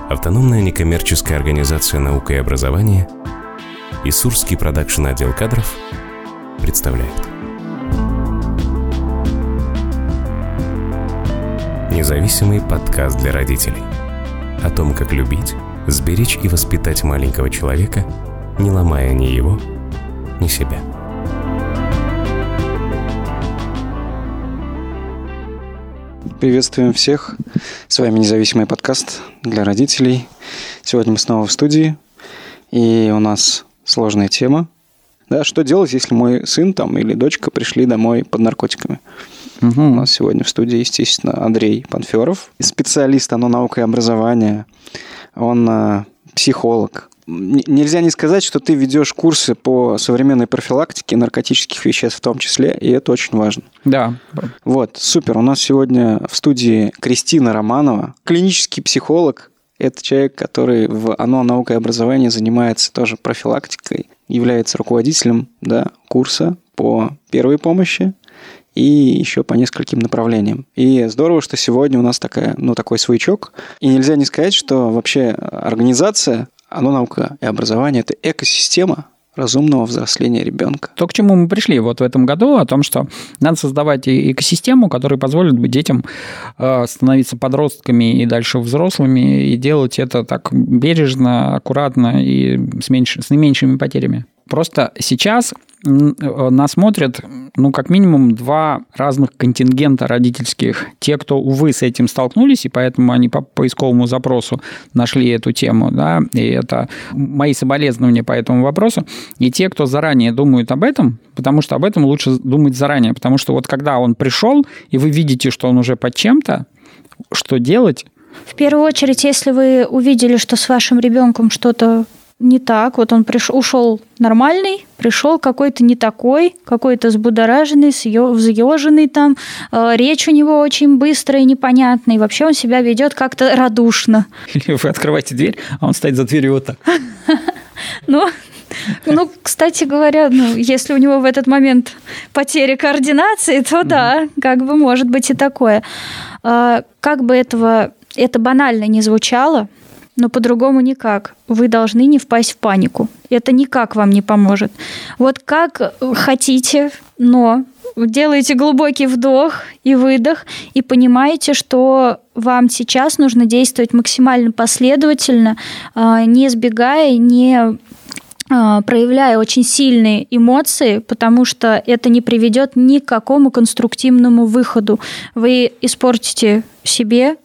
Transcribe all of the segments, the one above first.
Автономная некоммерческая организация «Наука и образование» и Сурский продакшн-отдел кадров представляют. Независимый подкаст для родителей. О том, как любить, сберечь и воспитать маленького человека, не ломая ни его, ни себя. Приветствуем всех. С вами независимый подкаст для родителей. Сегодня мы снова в студии, и у нас сложная тема. Да, что делать, если мой сын или дочка пришли домой под наркотиками? У нас сегодня в студии, естественно, Андрей Панферов, специалист наука и образования. Он психолог. Нельзя не сказать, что ты ведешь курсы по современной профилактике наркотических веществ в том числе, и это очень важно. Да. Вот, супер. У нас сегодня в студии Кристина Романова, клинический психолог. Это человек, который в ОНО «Наука и образование» занимается тоже профилактикой, является руководителем курса по первой помощи и еще по нескольким направлениям. И здорово, что сегодня у нас такой своячок. И нельзя не сказать, что вообще организация ОНО «Наука и образование» – это экосистема разумного взросления ребенка. То, к чему мы пришли в этом году, о том, что надо создавать экосистему, которая позволит детям становиться подростками и дальше взрослыми, и делать это так бережно, аккуратно и с наименьшими потерями. Просто сейчас нас смотрят, как минимум, два разных контингента родительских. Те, кто, увы, с этим столкнулись, и поэтому они по поисковому запросу нашли эту тему, и это мои соболезнования по этому вопросу. И те, кто заранее думают об этом, потому что об этом лучше думать заранее, потому что когда он пришел, и вы видите, что он уже под чем-то, что делать? В первую очередь, если вы увидели, что с вашим ребенком что-то не так, он ушел нормальный, пришел какой-то не такой, какой-то взбудораженный, взъеженный речь у него очень быстрая и непонятная, и вообще он себя ведет как-то радушно. Или вы открываете дверь, а он стоит за дверью вот так. Кстати говоря, если у него в этот момент потеря координации, то да, может быть и такое. Как бы это банально не звучало, но по-другому никак. Вы должны не впасть в панику. Это никак вам не поможет. Как хотите, но делаете глубокий вдох и выдох и понимаете, что вам сейчас нужно действовать максимально последовательно, не сбегая, не проявляя очень сильные эмоции, потому что это не приведет ни к какому конструктивному выходу. Вы испортите себе,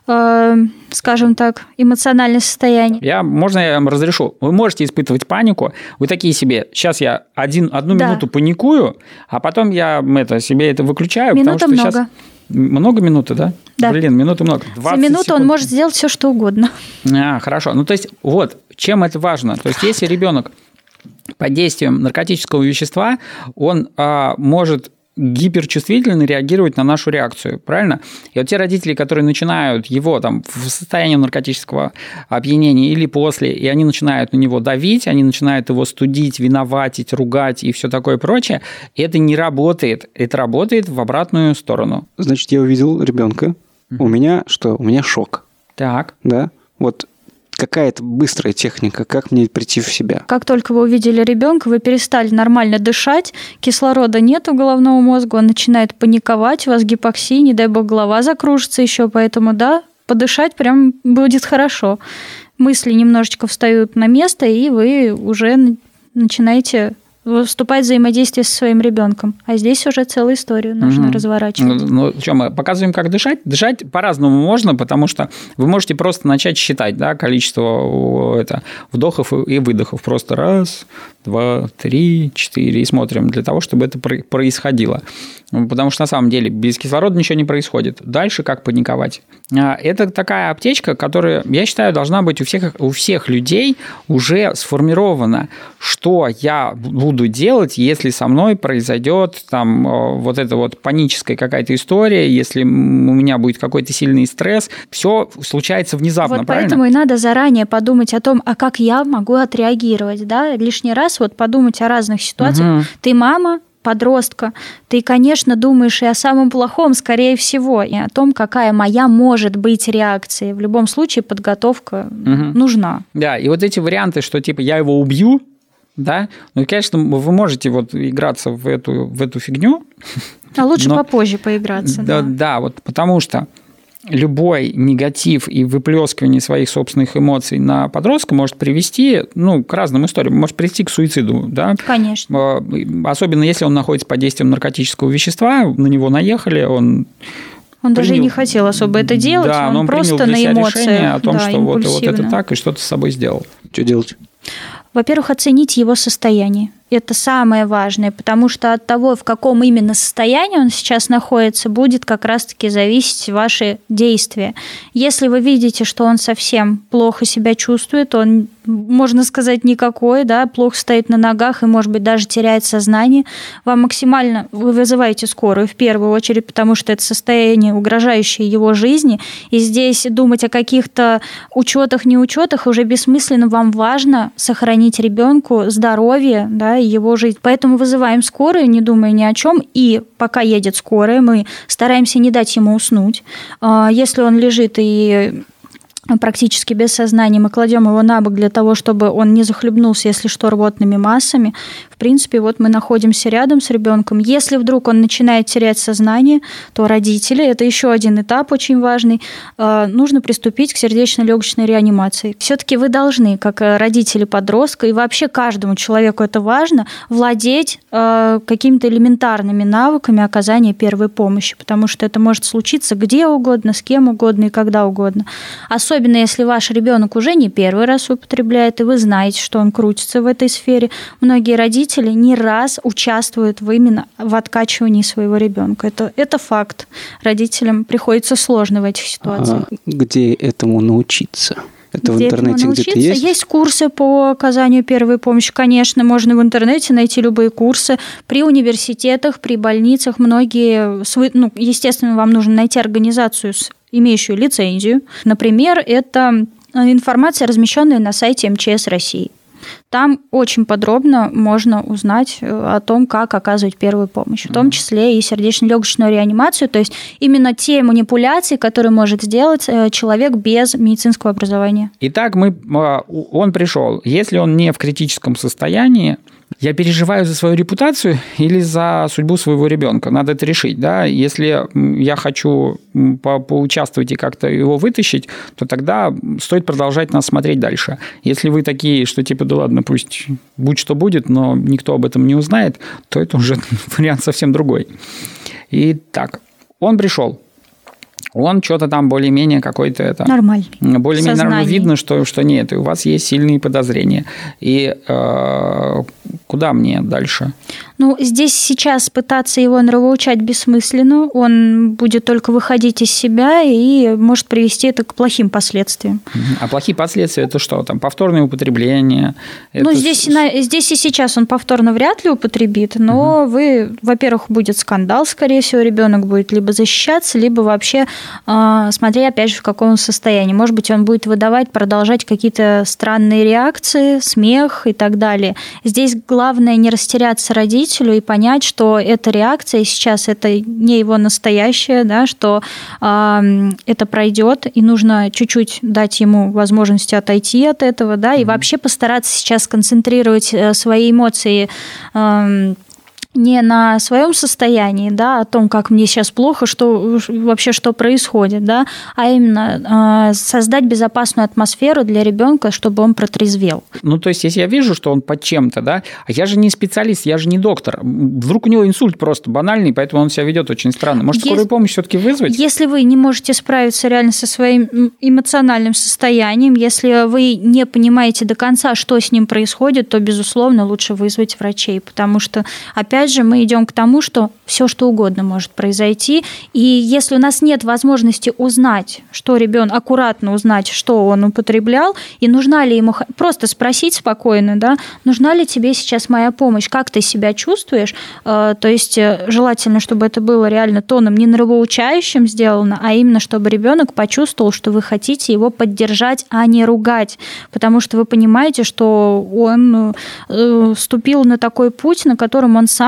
скажем так, эмоциональное состояние. Можно я вам разрешу? Вы можете испытывать панику, вы такие себе, сейчас я одну минуту паникую, а потом я себе это выключаю. Минута потому что много. Сейчас... Много минуты, да? Да. Минуты много. За минуту секунд. Он может сделать все, что угодно. Хорошо. То есть, чем это важно? То есть, если ребенок под действием наркотического вещества, он может гиперчувствительно реагировать на нашу реакцию, правильно? И те родители, которые начинают его в состоянии наркотического опьянения или после, и они начинают на него давить, они начинают его студить, виноватить, ругать и все такое прочее, это не работает. Это работает в обратную сторону. Значит, я увидел ребенка. У меня что? У меня шок. Так. Да? Какая-то быстрая техника, как мне прийти в себя? Как только вы увидели ребенка, вы перестали нормально дышать, кислорода нет у головного мозга, он начинает паниковать, у вас гипоксия, не дай бог голова закружится еще, поэтому подышать прям будет хорошо. Мысли немножечко встают на место, и вы уже начинаете вступать в взаимодействие со своим ребенком. А здесь уже целую историю нужно разворачивать. Мы показываем, как дышать? Дышать по-разному можно, потому что вы можете просто начать считать количество вдохов и выдохов. Просто 1, 2, 3, 4 и смотрим для того, чтобы это происходило. Потому что на самом деле без кислорода ничего не происходит. Дальше как паниковать? Это такая аптечка, которая, я считаю, должна быть у всех людей уже сформирована, что я буду делать, если со мной произойдет эта паническая какая-то история, если у меня будет какой-то сильный стресс. Все случается внезапно, правильно? Поэтому и надо заранее подумать о том, как я могу отреагировать. Лишний раз подумать о разных ситуациях. Ты мама, подростка, ты, конечно, думаешь и о самом плохом, скорее всего, и о том, какая моя может быть реакция. В любом случае подготовка нужна. Да, и вот эти варианты, что типа я его убью, да, ну, конечно, вы можете вот играться в эту фигню. А лучше попозже поиграться. Да, вот потому что любой негатив и выплескивание своих собственных эмоций на подростка может привести, к разным историям, может привести к суициду, да? Конечно. Особенно если он находится под действием наркотического вещества, на него наехали, он даже и не хотел особо это делать, да, он просто принял для себя на эмоциях. Решение о том, что вот это так, и что-то с собой сделал. Что делать? Во-первых, оценить его состояние. Это самое важное, потому что от того, в каком именно состоянии он сейчас находится, будет как раз-таки зависеть ваши действия. Если вы видите, что он совсем плохо себя чувствует, он, можно сказать, никакой, да, плохо стоит на ногах и, может быть, даже теряет сознание, вы вызываете скорую в первую очередь, потому что это состояние, угрожающее его жизни, и здесь думать о каких-то учетах, неучетах уже бессмысленно. Вам важно сохранить ребенку здоровье, да, и его жизнь. Поэтому вызываем скорую, не думая ни о чем, и пока едет скорая, мы стараемся не дать ему уснуть. Если он лежит и практически без сознания, мы кладем его на бок для того, чтобы он не захлебнулся, если что, рвотными массами. В принципе, вот мы находимся рядом с ребенком. Если вдруг он начинает терять сознание, то родители, это еще один этап очень важный, нужно приступить к сердечно-легочной реанимации. Все-таки вы должны, как родители подростка, и вообще каждому человеку это важно, владеть какими-то элементарными навыками оказания первой помощи, потому что это может случиться где угодно, с кем угодно и когда угодно. Особенно если ваш ребенок уже не первый раз употребляет, и вы знаете, что он крутится в этой сфере. Многие родители не раз участвуют именно в откачивании своего ребенка. Это факт. Родителям приходится сложно в этих ситуациях. Где этому научиться? Это в интернете где-то есть? Есть курсы по оказанию первой помощи. Конечно, можно в интернете найти любые курсы. При университетах, при больницах многие... естественно, вам нужно найти организацию, имеющую лицензию. Например, это информация, размещенная на сайте МЧС России. Там очень подробно можно узнать о том, как оказывать первую помощь, в том числе и сердечно-легочную реанимацию, то есть именно те манипуляции, которые может сделать человек без медицинского образования. Итак, он пришел. Если он не в критическом состоянии, я переживаю за свою репутацию или за судьбу своего ребенка? Надо это решить, да? Если я хочу поучаствовать и как-то его вытащить, то тогда стоит продолжать нас смотреть дальше. Если вы такие, что типа, да ладно, пусть будь что будет, но никто об этом не узнает, то это уже вариант совсем другой. Итак, он пришел. Он что-то там более-менее какой-то это... Нормальный. Более-менее нормально. Видно, что нет, и у вас есть сильные подозрения. И куда мне дальше? Здесь сейчас пытаться его нравоучать бессмысленно. Он будет только выходить из себя и может привести это к плохим последствиям. А плохие последствия – это что? Там повторное употребление? Здесь и сейчас он повторно вряд ли употребит, но во-первых, будет скандал, скорее всего, ребенок будет либо защищаться, либо вообще, смотря, опять же, в каком состоянии. Может быть, он будет продолжать какие-то странные реакции, смех и так далее. Здесь главное не растеряться родителю и понять, что эта реакция сейчас это не его настоящая, да, что это пройдет, и нужно чуть-чуть дать ему возможность отойти от этого, да, и вообще постараться сейчас сконцентрировать свои эмоции не на своем состоянии, да, о том, как мне сейчас плохо, что происходит, да, а именно создать безопасную атмосферу для ребенка, чтобы он протрезвел. То есть, если я вижу, что он под чем-то, да, а я же не специалист, я же не доктор, вдруг у него инсульт просто банальный, поэтому он себя ведет очень странно. Может, скорую помощь все-таки вызвать? Если вы не можете справиться реально со своим эмоциональным состоянием, если вы не понимаете до конца, что с ним происходит, то, безусловно, лучше вызвать врачей, потому что, опять же, мы идем к тому, что все что угодно может произойти, и если у нас нет возможности узнать, аккуратно узнать, что он употреблял, и нужна ли ему, просто спросить спокойно, да, нужна ли тебе сейчас моя помощь, как ты себя чувствуешь, то есть желательно, чтобы это было реально тоном не нравоучающим сделано, а именно, чтобы ребенок почувствовал, что вы хотите его поддержать, а не ругать, потому что вы понимаете, что он вступил на такой путь, на котором он сам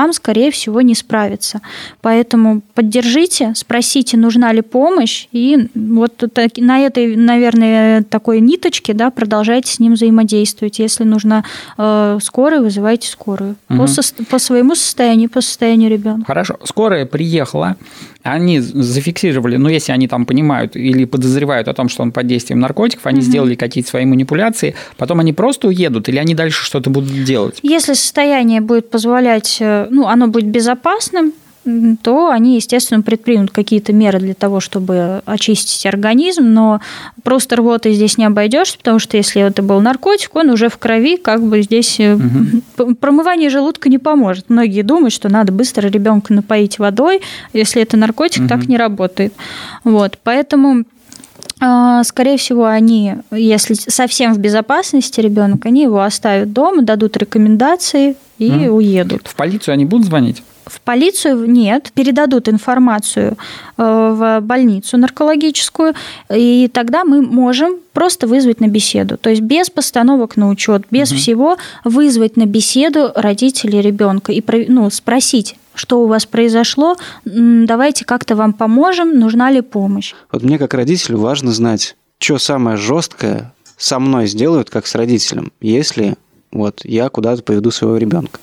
сам, скорее всего, не справится. Поэтому поддержите, спросите, нужна ли помощь, и вот на этой, наверное, такой ниточке, да, продолжайте с ним взаимодействовать. Если нужна скорая, вызывайте скорую. По своему состоянию, по состоянию ребенка. Хорошо. Скорая приехала, они зафиксировали, если они там понимают или подозревают о том, что он под действием наркотиков, они сделали какие-то свои манипуляции, потом они просто уедут или они дальше что-то будут делать? Если состояние будет позволять, оно будет безопасным, то они, естественно, предпримут какие-то меры для того, чтобы очистить организм, но просто рвотой здесь не обойдешься, потому что если это был наркотик, он уже в крови, здесь промывание желудка не поможет. Многие думают, что надо быстро ребенка напоить водой, если это наркотик, так не работает. Поэтому скорее всего, они, если совсем в безопасности ребенок, они его оставят дома, дадут рекомендации и уедут. В полицию они будут звонить? В полицию нет, передадут информацию в больницу наркологическую, и тогда мы можем просто вызвать на беседу. То есть без постановок на учет, без всего вызвать на беседу родителей ребенка и спросить, что у вас произошло, давайте как-то вам поможем, нужна ли помощь. Мне как родителю важно знать, что самое жесткое со мной сделают, как с родителем, если я куда-то поведу своего ребенка.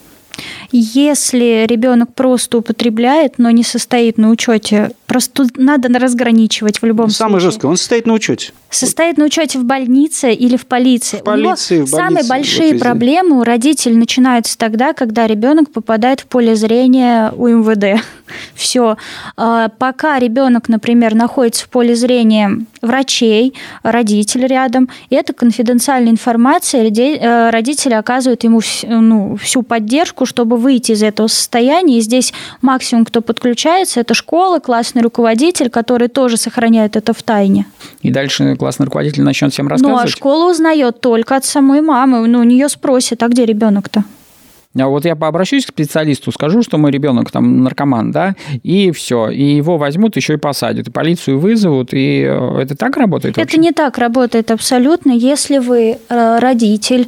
Если ребенок просто употребляет, но не состоит на учете, просто тут надо разграничивать в любом случае. Самое жесткое, он состоит на учете. Состоит на учете в больнице или в полиции. В полиции, в больнице. Самые большие проблемы у родителей начинаются тогда, когда ребенок попадает в поле зрения у МВД. Все. Пока ребенок, например, находится в поле зрения врачей, родитель рядом, и это конфиденциальная информация, родители оказывают ему всю поддержку, чтобы выйти из этого состояния. И здесь максимум, кто подключается, это школа, классный руководитель, который тоже сохраняет это в тайне. И дальше классный руководитель начнет всем рассказывать? А школа узнает только от самой мамы. У нее спросят, а где ребенок-то? А я обращусь к специалисту, скажу, что мой ребенок там наркоман, да, и все, и его возьмут, еще и посадят, и полицию вызовут, и это так работает вообще? Это не так работает абсолютно. Если вы родитель,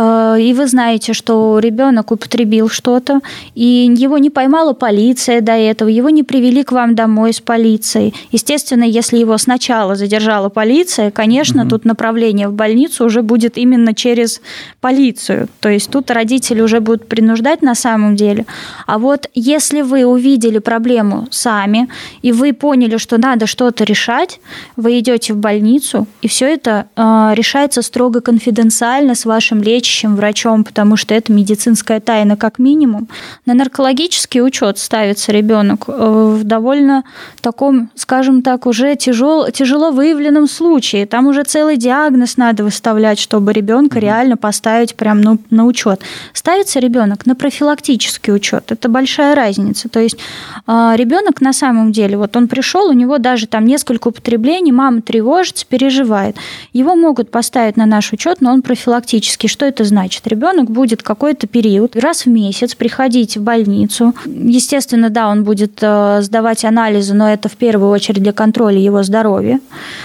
и вы знаете, что ребенок употребил что-то, и его не поймала полиция до этого, его не привели к вам домой с полицией. Естественно, если его сначала задержала полиция, конечно, тут направление в больницу уже будет именно через полицию. То есть тут родители уже будут принуждать на самом деле. А если вы увидели проблему сами, и вы поняли, что надо что-то решать, вы идете в больницу, и все это решается строго конфиденциально с вашим лечащим врачом, потому что это медицинская тайна как минимум. На наркологический учет ставится ребенок в довольно таком, скажем так, уже тяжело выявленном случае. Там уже целый диагноз надо выставлять, чтобы ребенка реально поставить прям на учет. Ставится ребенок на профилактический учет. Это большая разница. То есть ребенок на самом деле, он пришел, у него даже там несколько употреблений, мама тревожится, переживает. Его могут поставить на наш учет, но он профилактический. Что это значит? Ребенок будет какой-то период раз в месяц приходить в больницу. Естественно, да, он будет сдавать анализы, но это в первую очередь для контроля его здоровья.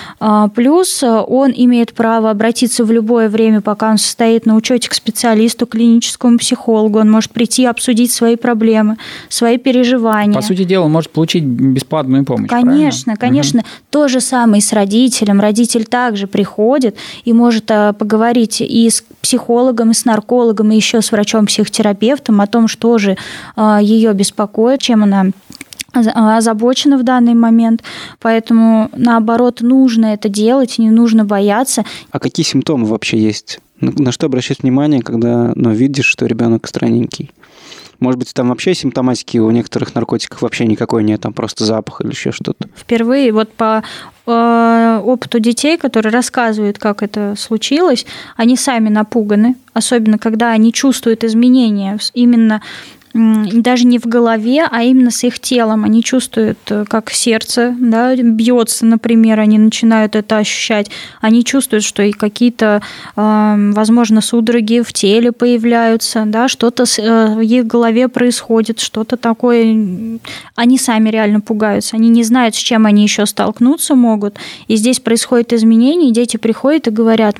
Плюс он имеет право обратиться в любое время, пока он состоит на учете, к специалисту, клиническому психологу. Он может прийти обсудить свои проблемы, свои переживания. По сути дела, он может получить бесплатную помощь. Конечно, правильно? конечно. То же самое и с родителем. Родитель также приходит и может поговорить и с психологом, и с наркологом, и еще с врачом-психотерапевтом о том, что же ее беспокоит, чем она озабочена в данный момент, поэтому, наоборот, нужно это делать, не нужно бояться. А какие симптомы вообще есть? На что обращать внимание, когда видишь, что ребенок странненький? Может быть, там вообще симптоматики у некоторых наркотиков вообще никакой нет, там просто запах или еще что-то? Впервые по опыту детей, которые рассказывают, как это случилось, они сами напуганы, особенно когда они чувствуют изменения именно даже не в голове, а именно с их телом. Они чувствуют, как сердце бьется, например, они начинают это ощущать. Они чувствуют, что и какие-то, возможно, судороги в теле появляются, что-то в их голове происходит, что-то такое. Они сами реально пугаются. Они не знают, с чем они еще столкнуться могут. И здесь происходит изменение, и дети приходят и говорят: мам,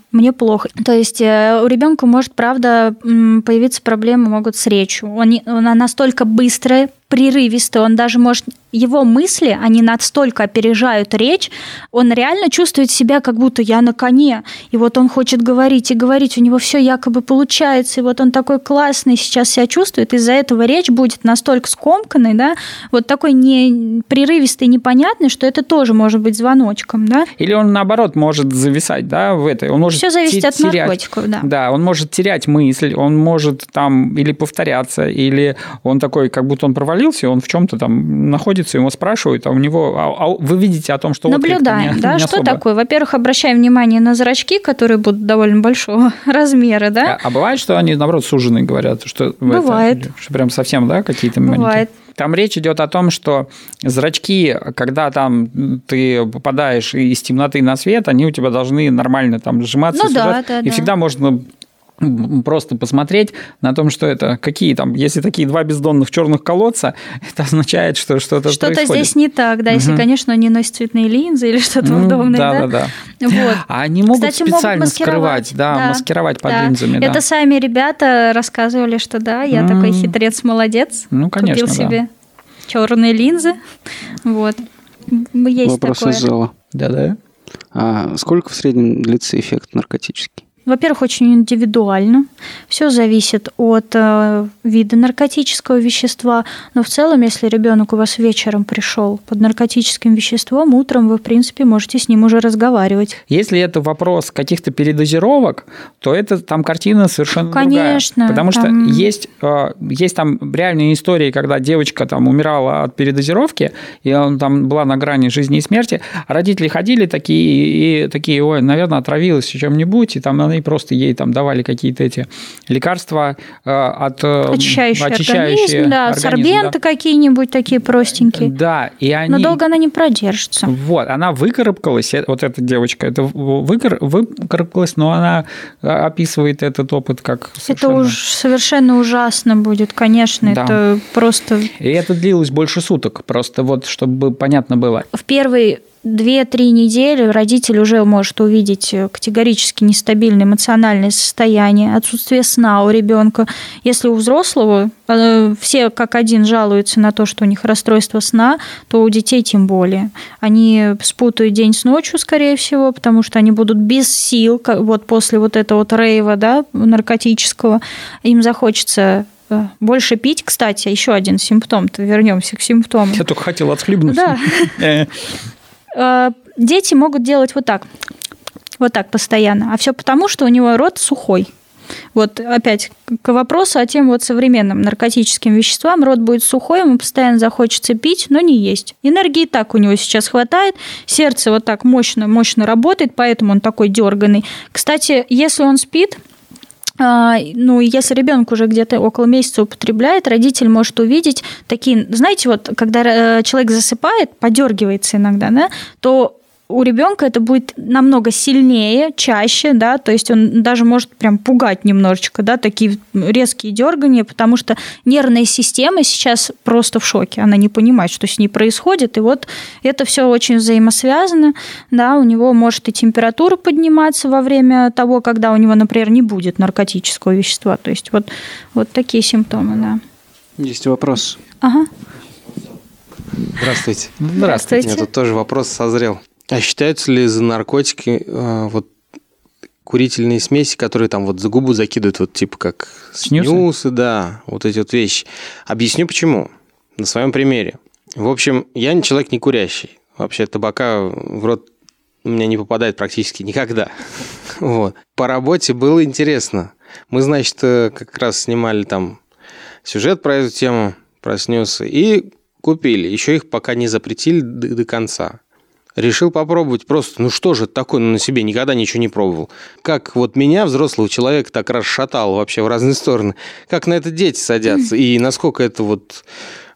мне плохо. То есть у ребенка может, правда, появиться проблемы могут с речью. Она настолько быстрая, прерывистый, он даже может... Его мысли, они настолько опережают речь, он реально чувствует себя, как будто я на коне. И вот он хочет говорить и говорить, у него все якобы получается, и вот он такой классный сейчас себя чувствует, из-за этого речь будет настолько скомканной, да, вот такой не прерывистый, непонятный, что это тоже может быть звоночком, да. Или он, наоборот, может зависать, да, в этой. Он может все зависит от наркотиков, да. Да, он может терять мысль, он может там или повторяться, или он такой, как будто он провалился, он в чем-то там находится, его спрашивают, а у него... вы видите о том, что... Наблюдаем, не да, не что особо. такое? Во-первых, обращаем внимание на зрачки, которые будут довольно большого размера, да. А бывает, что они, наоборот, сужены, говорят? Что бывает. Что прям совсем, да, какие-то бывает. маленькие? Там речь идет о том, что зрачки, когда там ты попадаешь из темноты на свет, они у тебя должны нормально там сжиматься, и всегда можно... просто посмотреть на том, что это какие там, если такие два бездонных черных колодца, это означает, что что-то происходит. Здесь не так, да, если, конечно, он не носит цветные линзы или что-то подобное. Да. Вот. А они могут специально могут скрывать, маскировать под линзами. Это сами ребята рассказывали, что да, я такой хитрец-молодец, конечно, купил себе черные линзы, вот. Есть вопрос такое. Из зала. Да. А сколько в среднем длится эффект наркотический? Во-первых, очень индивидуально. Все зависит от вида наркотического вещества. Но в целом, если ребенок у вас вечером пришел под наркотическим веществом, утром вы, в принципе, можете с ним уже разговаривать. Если это вопрос каких-то передозировок, то это там картина совершенно другая. Потому что есть там реальные истории, когда девочка там умирала от передозировки, и она там была на грани жизни и смерти, а родители ходили такие, ой, наверное, отравилась чем-нибудь, и там и просто ей там давали какие-то эти лекарства очищающие организм, да, сорбенты какие-нибудь такие простенькие. Да, и они... Но долго она не продержится. Вот, она выкарабкалась, вот эта девочка, выкарабкалась, но она описывает этот опыт как совершенно... Это уж совершенно ужасно будет, конечно, да. Это просто... И это длилось больше суток, просто вот, чтобы понятно было. В первый 2-3 недели родитель уже может увидеть категорически нестабильное эмоциональное состояние, отсутствие сна у ребенка. Если у взрослого все как один жалуются на то, что у них расстройство сна, то у детей тем более. Они спутают день с ночью, скорее всего, потому что они будут без сил, вот после вот этого вот рейва, да, наркотического. Им захочется больше пить. Кстати, еще один симптом, вернемся к симптомам. Я только хотел отхлебнуться. Да. Дети могут делать вот так постоянно, а все потому, что у него рот сухой. Вот опять к вопросу о тем вот современным наркотическим веществам. Рот будет сухой, ему постоянно захочется пить, но не есть. Энергии и так у него сейчас хватает, сердце вот так мощно работает, поэтому он такой дерганый. Кстати, если он спит, если ребенок уже где-то около месяца употребляет, родитель может увидеть такие, знаете, вот когда человек засыпает, подергивается иногда, да, то у ребенка это будет намного сильнее, чаще, да, то есть он даже может прям пугать немножечко, да, такие резкие дергания, потому что нервная система сейчас просто в шоке, она не понимает, что с ней происходит, и вот это все очень взаимосвязано, да, у него может и температура подниматься во время того, когда у него, например, не будет наркотического вещества, то есть вот такие симптомы, да. Есть вопрос. Ага. Здравствуйте. Здравствуйте. У меня тут тоже вопрос созрел. А считаются ли за наркотики курительные смеси, которые там вот за губу закидывают, вот типа как снюсы, да, вот эти вот вещи? Объясню почему. На своем примере. В общем, я человек не курящий. Вообще табака в рот у меня не попадает практически никогда. Вот. По работе было интересно. Мы, значит, как раз снимали там сюжет про эту тему, про снюсы, и купили. Еще их пока не запретили до конца. Решил попробовать просто, что же это такое, на себе никогда ничего не пробовал. Как вот меня, взрослого человека, так расшатало вообще в разные стороны. Как на это дети садятся, и насколько это вот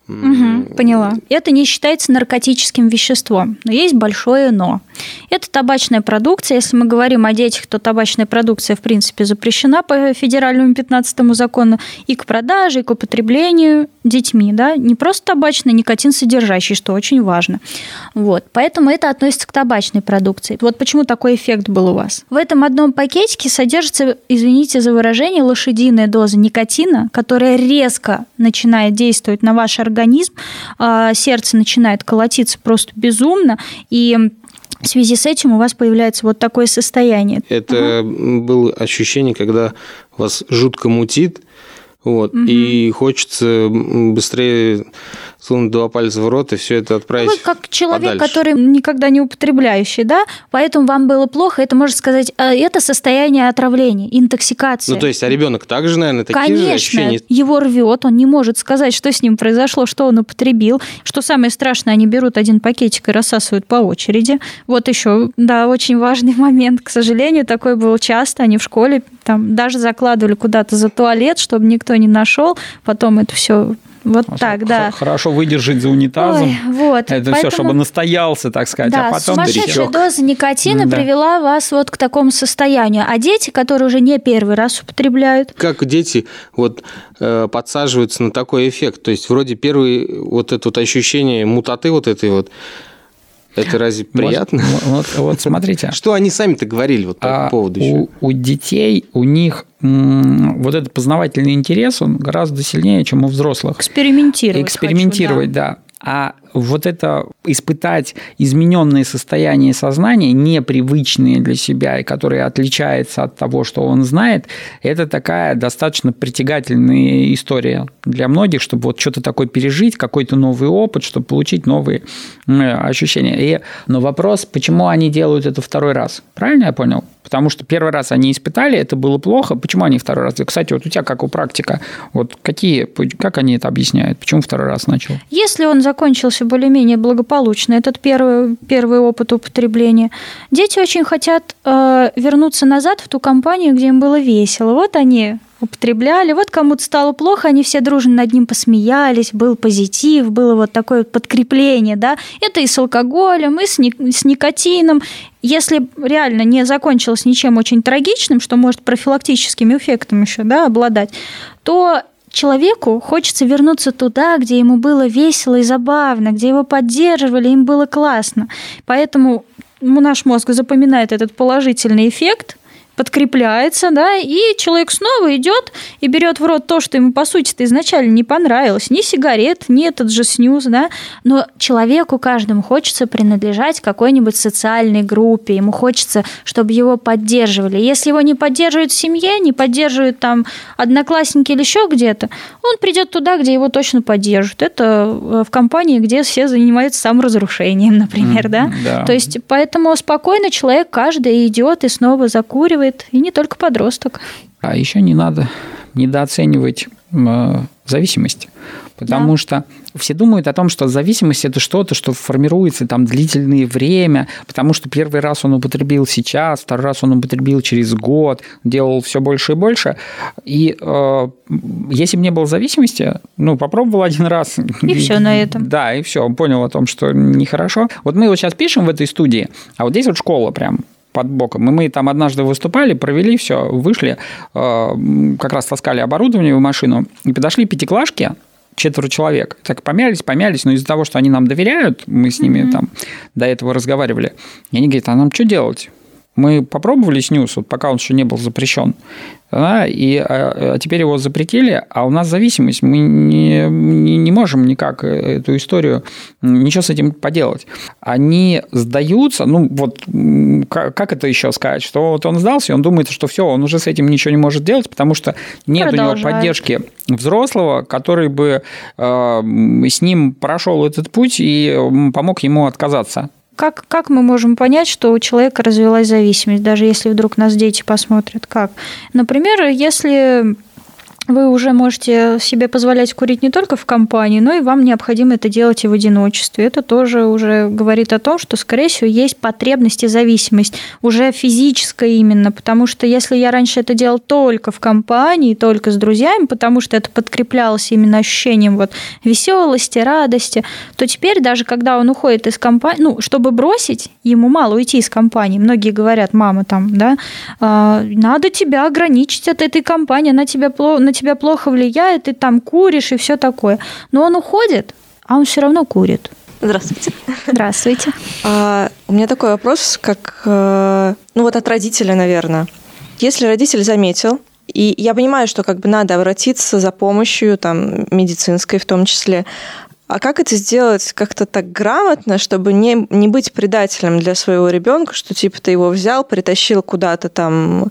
Поняла. Это не считается наркотическим веществом, но есть большое «но». Это табачная продукция. Если мы говорим о детях, то табачная продукция, в принципе, запрещена по федеральному 15-му закону и к продаже, и к употреблению детьми. Да? Не просто табачный, никотин содержащий, что очень важно. Вот. Поэтому это относится к табачной продукции. Вот почему такой эффект был у вас. В этом одном пакетике содержится, извините за выражение, лошадиная доза никотина, которая резко начинает действовать на ваш организм, сердце начинает колотиться просто безумно, и в связи с этим у вас появляется вот такое состояние. Это было ощущение, когда вас жутко мутит, вот, и хочется быстрее сунуть 2 пальца в рот и все это отправить вы как человек, подальше. Который никогда не употребляющий, да, поэтому вам было плохо, это, можно сказать, это состояние отравления, интоксикации. Ну, то есть, а ребенок также, наверное, такие Конечно, же ощущения? его рвет, он не может сказать, что с ним произошло, что он употребил. Что самое страшное, они берут один пакетик и рассасывают по очереди. Вот еще, да, очень важный момент, к сожалению, такой был часто. Они в школе там даже закладывали куда-то за туалет, чтобы никто не нашел. Потом это все вот так, да. Хорошо выдержать за унитазом. Ой, вот. Это все, чтобы настоялся, так сказать, да, а потом сумасшедшая доза никотина привела вас вот к такому состоянию. А дети, которые уже не первый раз употребляют... Как дети вот подсаживаются на такой эффект? То есть, вроде первый вот это вот ощущение мутоты вот этой вот, это разве приятно? Вот смотрите. Что они сами-то говорили вот по этому поводу еще? У детей, у них вот этот познавательный интерес, он гораздо сильнее, чем у взрослых. Экспериментировать, да. А вот это испытать измененные состояния сознания, непривычные для себя, и которые отличаются от того, что он знает, это такая достаточно притягательная история для многих, чтобы вот что-то такое пережить, какой-то новый опыт, чтобы получить новые ощущения. Но вопрос, почему они делают это второй раз? Правильно я понял? Потому что первый раз они испытали, это было плохо. Почему они второй раз? Кстати, вот у тебя как у практика, вот как они это объясняют? Почему второй раз начал? Если он закончился более-менее благополучно, этот первый опыт употребления, дети очень хотят вернуться назад в ту компанию, где им было весело. Вот они употребляли, вот кому-то стало плохо, они все дружно над ним посмеялись, был позитив, было вот такое вот подкрепление, да, это и с алкоголем, и с никотином. Если реально не закончилось ничем очень трагичным, что может профилактическим эффектом еще, да, обладать, то человеку хочется вернуться туда, где ему было весело и забавно, где его поддерживали, им было классно. Поэтому наш мозг запоминает этот положительный эффект, подкрепляется, да, и человек снова идет и берет в рот то, что ему, по сути-то, изначально не понравилось. Ни сигарет, ни этот же снюс, да. Но человеку каждому хочется принадлежать какой-нибудь социальной группе, ему хочется, чтобы его поддерживали. Если его не поддерживают в семье, не поддерживают там одноклассники или еще где-то, он придет туда, где его точно поддержат. Это в компании, где все занимаются саморазрушением, например, да. То есть, поэтому спокойно человек каждый идет и снова закуривает, и не только подросток. А еще не надо недооценивать зависимость, потому что все думают о том, что зависимость – это что-то, что формируется там длительное время, потому что первый раз он употребил сейчас, второй раз он употребил через год, делал все больше и больше. И если бы не было зависимости, попробовал один раз. И все на этом. Да, и все, понял о том, что нехорошо. Вот мы вот сейчас пишем в этой студии, а вот здесь вот школа прям под боком. И мы там однажды выступали, провели все, вышли, как раз таскали оборудование в машину, и подошли пятиклашки, 4 человек. Так помялись, но из-за того, что они нам доверяют, мы с ними там до этого разговаривали, и они говорят, а нам что делать? Мы попробовали снюс, вот пока он еще не был запрещен, да, а теперь его запретили, а у нас зависимость, мы не можем никак эту историю, ничего с этим поделать. Они сдаются, как это еще сказать, что вот он сдался, и он думает, что все, он уже с этим ничего не может делать, потому что нет у него поддержки взрослого, который бы с ним прошел этот путь и помог ему отказаться. Как мы можем понять, что у человека развилась зависимость, даже если вдруг нас дети посмотрят? Как? Например, если вы уже можете себе позволять курить не только в компании, но и вам необходимо это делать и в одиночестве. Это тоже уже говорит о том, что, скорее всего, есть потребность и зависимость, уже физическая именно, потому что если я раньше это делал только в компании, только с друзьями, потому что это подкреплялось именно ощущением вот веселости, радости, то теперь даже когда он уходит из компании, ну, чтобы бросить, ему мало уйти из компании. Многие говорят, мама там, да, надо тебя ограничить от этой компании, на тебя плохо влияет, ты там куришь и все такое. Но он уходит, а он все равно курит. Здравствуйте. Здравствуйте. У меня такой вопрос, как, от родителя, наверное. Если родитель заметил, и я понимаю, что как бы надо обратиться за помощью, там, медицинской в том числе, а как это сделать как-то так грамотно, чтобы не быть предателем для своего ребенка, что типа ты его взял, притащил куда-то там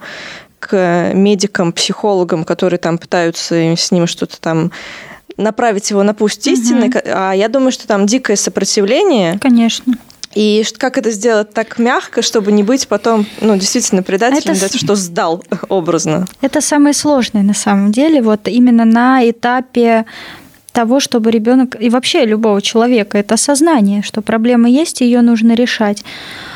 к медикам, психологам, которые там пытаются с ним что-то там направить его на путь истины, а я думаю, что там дикое сопротивление. Конечно. И как это сделать так мягко, чтобы не быть потом, действительно предателем, что сдал образно. Это самое сложное на самом деле, вот именно на этапе того, чтобы ребенок и вообще любого человека, это осознание, что проблема есть, и ее нужно решать.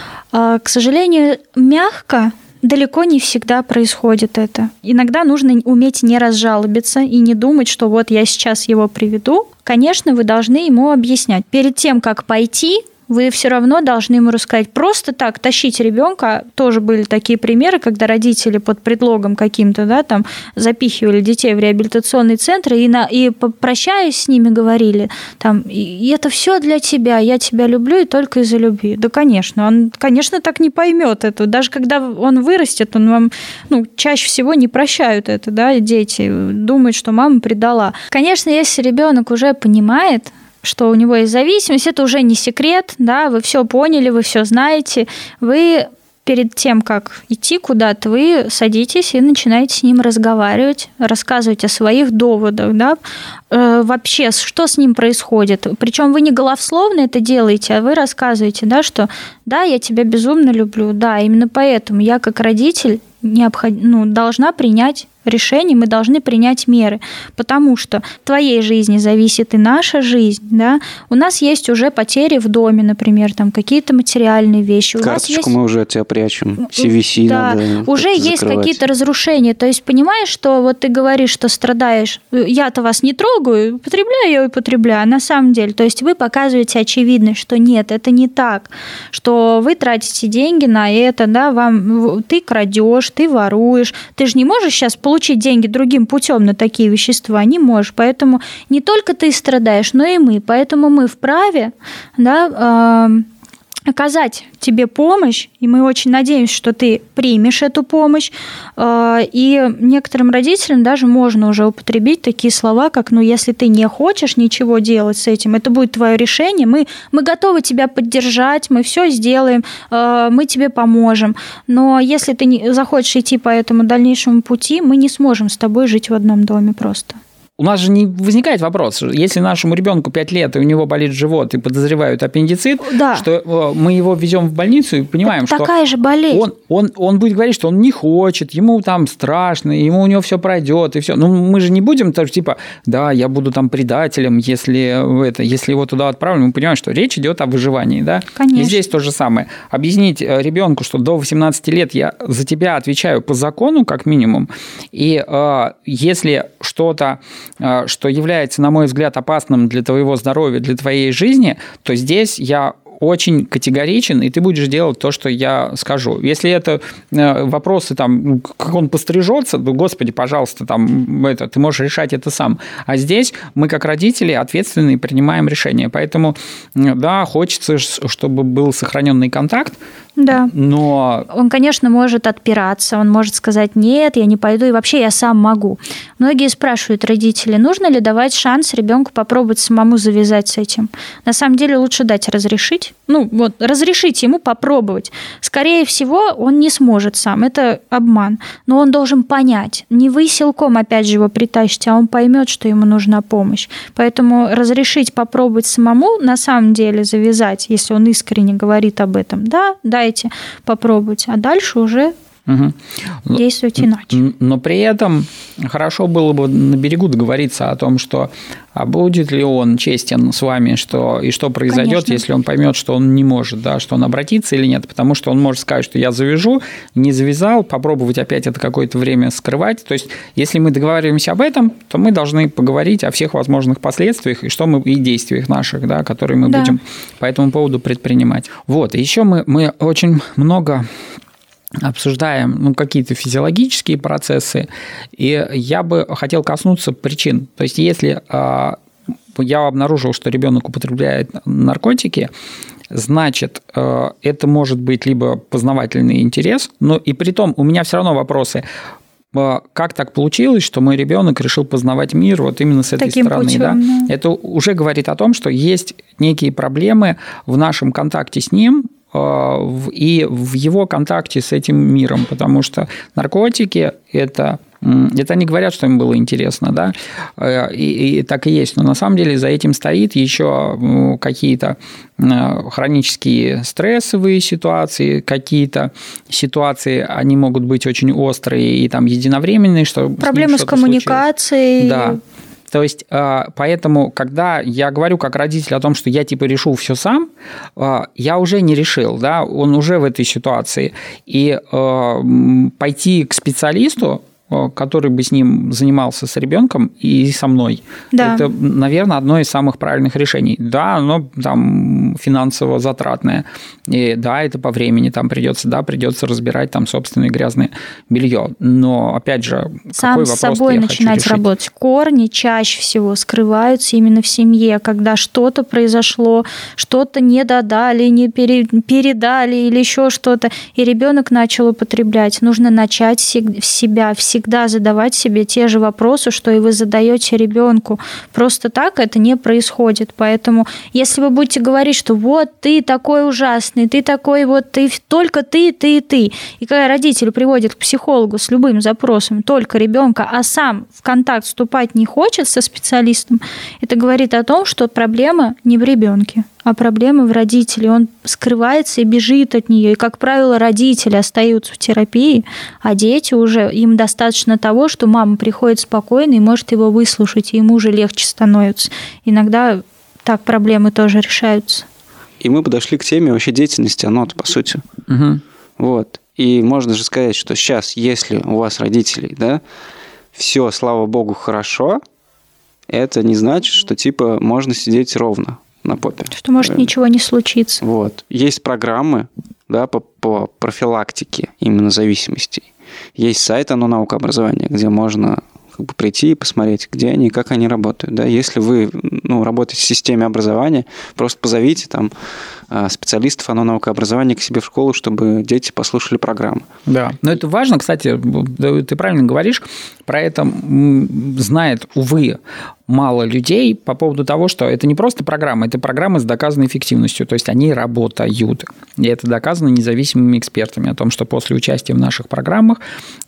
К сожалению, мягко далеко не всегда происходит это. Иногда нужно уметь не разжалобиться и не думать, что вот я сейчас его приведу. Конечно, вы должны ему объяснять. Перед тем, как пойти, вы все равно должны ему рассказать. Просто так тащить ребенка, тоже были такие примеры, когда родители под предлогом каким-то, да, там, запихивали детей в реабилитационные центры и прощаясь с ними, говорили, там, и это все для тебя, я тебя люблю и только из-за любви. Да, конечно, он, конечно, так не поймет это. Даже когда он вырастет, он вам, чаще всего не прощают это, да, дети, думают, что мама предала. Конечно, если ребенок уже понимает, что у него есть зависимость, это уже не секрет, да, вы все поняли, вы все знаете, вы перед тем, как идти куда-то, вы садитесь и начинаете с ним разговаривать, рассказывать о своих доводах, да, вообще, что с ним происходит. Причем вы не голословно это делаете, а вы рассказываете, да, что да, я тебя безумно люблю, да, именно поэтому я как родитель должна принять решение, мы должны принять меры, потому что в твоей жизни зависит и наша жизнь, да. У нас есть уже потери в доме, например, там какие-то материальные вещи. Карточку мы уже от тебя прячем, CVC да, надо уже есть закрывать. какие-то разрушения, то есть понимаешь, что вот ты говоришь, что страдаешь, я-то вас не трогаю, употребляю я употребляю, а на самом деле, то есть вы показываете очевидность, что нет, это не так, что вы тратите деньги на это, да, ты крадешь, ты воруешь, ты же не можешь сейчас получить деньги другим путем на такие вещества, не можешь. Поэтому не только ты страдаешь, но и мы. Поэтому мы вправе, да, оказать тебе помощь, и мы очень надеемся, что ты примешь эту помощь. И некоторым родителям даже можно уже употребить такие слова, как, если ты не хочешь ничего делать с этим, это будет твое решение, мы готовы тебя поддержать, мы все сделаем, мы тебе поможем. Но если ты не захочешь идти по этому дальнейшему пути, мы не сможем с тобой жить в одном доме просто. У нас же не возникает вопрос, если нашему ребенку 5 лет, и у него болит живот, и подозревают аппендицит, да, что мы его везем в больницу и понимаем, это что такая же болезнь. Он будет говорить, что он не хочет, ему там страшно, у него все пройдет, и все. Мы же не будем тоже типа, да, я буду там предателем, если его туда отправлю. Мы понимаем, что речь идет о выживании, да? Конечно. И здесь то же самое. Объяснить ребенку, что до 18 лет я за тебя отвечаю по закону, как минимум, и если что-то, что является, на мой взгляд, опасным для твоего здоровья, для твоей жизни, то здесь я очень категоричен, и ты будешь делать то, что я скажу. Если это вопросы, там, как он пострижется, то, господи, пожалуйста, там, ты можешь решать это сам. А здесь мы, как родители, ответственные, принимаем решения. Поэтому, да, хочется, чтобы был сохраненный контакт, да. Но он, конечно, может отпираться, он может сказать, нет, я не пойду, и вообще я сам могу. Многие спрашивают родителей, нужно ли давать шанс ребенку попробовать самому завязать с этим. На самом деле лучше дать разрешить, разрешить ему попробовать. Скорее всего, он не сможет сам, это обман. Но он должен понять, не вы силком опять же его притащите, а он поймет, что ему нужна помощь. Поэтому разрешить попробовать самому, на самом деле завязать, если он искренне говорит об этом, да, дайте попробовать, а дальше уже действовать иначе. Но при этом хорошо было бы на берегу договориться о том, что а будет ли он честен с вами, что произойдет, конечно, если он поймет, что он не может, да, что он обратится или нет, потому что он может сказать, что я завяжу, не завязал, попробовать опять это какое-то время скрывать. То есть, если мы договариваемся об этом, то мы должны поговорить о всех возможных последствиях и действиях наших, да, которые мы будем по этому поводу предпринимать. Вот, и еще мы очень много обсуждаем какие-то физиологические процессы, и я бы хотел коснуться причин. То есть, если я обнаружил, что ребенок употребляет наркотики, значит, это может быть либо познавательный интерес, но и при том у меня все равно вопросы. Как так получилось, что мой ребенок решил познавать мир вот именно с этой стороны? Путем, да? Это уже говорит о том, что есть некие проблемы в нашем контакте с ним, и в его контакте с этим миром, потому что наркотики – это они говорят, что им было интересно, да, и так и есть, но на самом деле за этим стоит еще какие-то хронические стрессовые ситуации, какие-то ситуации, они могут быть очень острые и там единовременные, что проблемы с коммуникацией. Да. То есть, поэтому, когда я говорю как родитель о том, что я типа решу все сам, я уже не решил, да, он уже в этой ситуации. И пойти к специалисту, который бы с ним занимался, с ребенком и со мной. Да. Это, наверное, одно из самых правильных решений. Да, оно там финансово затратное. И да, это по времени там придется разбирать там собственное грязное белье. Но, опять же, сам с собой начинать работать. Корни чаще всего скрываются именно в семье, когда что-то произошло, что-то не додали, не передали или еще что-то, и ребенок начал употреблять. Нужно начать себя всегда задавать себе те же вопросы, что и вы задаете ребенку. Просто так это не происходит. Поэтому, если вы будете говорить, что вот ты такой ужасный, ты такой вот, ты только ты. И когда родитель приводит к психологу с любым запросом только ребенка, а сам в контакт вступать не хочет со специалистом, это говорит о том, что проблема не в ребенке, а проблема в родителе. Он скрывается и бежит от нее. И, как правило, родители остаются в терапии, а дети уже, им достаточно того, что мама приходит спокойно и может его выслушать, и ему уже легче становится. Иногда так проблемы тоже решаются. И мы подошли к теме вообще деятельности ОНОТ, по сути. Угу. Вот. И можно же сказать, что сейчас, если у вас родителей, да, все, слава богу, хорошо, это не значит, что типа можно сидеть ровно на попе. Что может ничего не случиться. Вот. Есть программы, да, по профилактике именно зависимостей. Есть сайт «Оно наука образования», где можно прийти и посмотреть, где они и как они работают. Да? Если вы работаете в системе образования, просто позовите там специалистов «Оно наука образования» к себе в школу, чтобы дети послушали программу. Да, но это важно, кстати, ты правильно говоришь, про это знает, увы, мало людей по поводу того, что это не просто программа, это программы с доказанной эффективностью, то есть они работают. И это доказано независимыми экспертами о том, что после участия в наших программах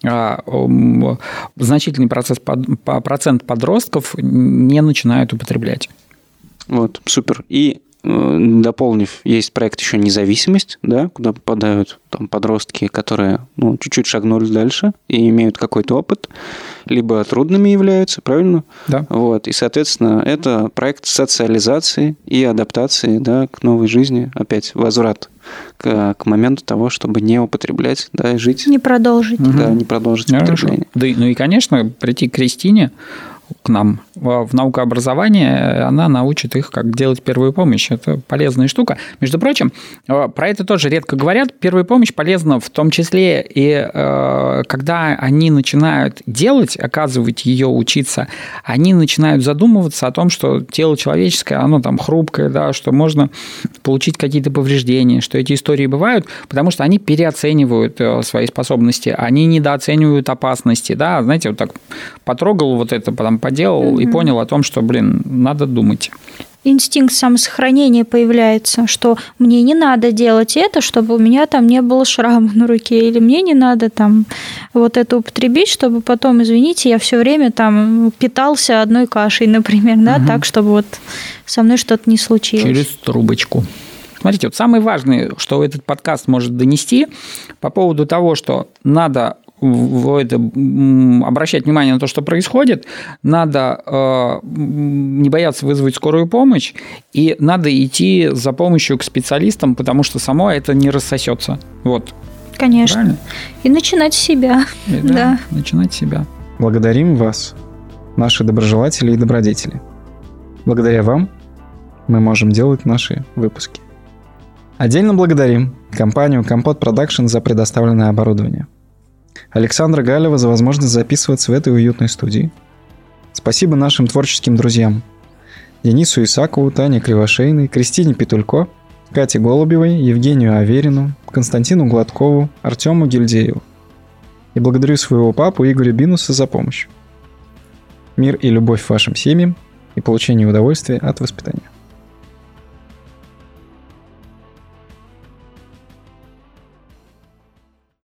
значительный процент подростков не начинают употреблять. Вот, супер. И дополнив, есть проект еще «Независимость», да, куда попадают там подростки, которые чуть-чуть шагнули дальше и имеют какой-то опыт, либо трудными являются, правильно? Да. Вот, и, соответственно, это проект социализации и адаптации, да, к новой жизни, опять возврат к моменту того, чтобы не употреблять, да, и жить. Не продолжить. Да, не продолжить употребление. Да, и, конечно, прийти к Кристине, к нам в наукообразование, она научит их, как делать первую помощь. Это полезная штука. Между прочим, про это тоже редко говорят. Первая помощь полезна в том числе и когда они начинают делать, оказывать ее, учиться, они начинают задумываться о том, что тело человеческое, оно там хрупкое, да, что можно получить какие-то повреждения, что эти истории бывают, потому что они переоценивают свои способности, они недооценивают опасности. Да? Знаете, вот так потрогал вот это, потом поделал и понял о том, что, надо думать. Инстинкт самосохранения появляется, что мне не надо делать это, чтобы у меня там не было шрама на руке, или мне не надо там вот это употребить, чтобы потом, извините, я все время там питался одной кашей, например, да, так, чтобы вот со мной что-то не случилось. Через трубочку. Смотрите, вот самое важное, что этот подкаст может донести по поводу того, что надо обращать внимание на то, что происходит, надо не бояться вызвать скорую помощь, и надо идти за помощью к специалистам, потому что само это не рассосется. Вот. Конечно. Правильно? И начинать с себя. Да, начинать с себя. Благодарим вас, наши доброжелатели и добродетели. Благодаря вам мы можем делать наши выпуски. Отдельно благодарим компанию Компот Продакшн за предоставленное оборудование. Александра Галева за возможность записываться в этой уютной студии. Спасибо нашим творческим друзьям. Денису Исакову, Тане Кривошейной, Кристине Петулько, Кате Голубевой, Евгению Аверину, Константину Гладкову, Артему Гильдееву. И благодарю своего папу Игоря Бинуса за помощь. Мир и любовь вашим семьям и получение удовольствия от воспитания.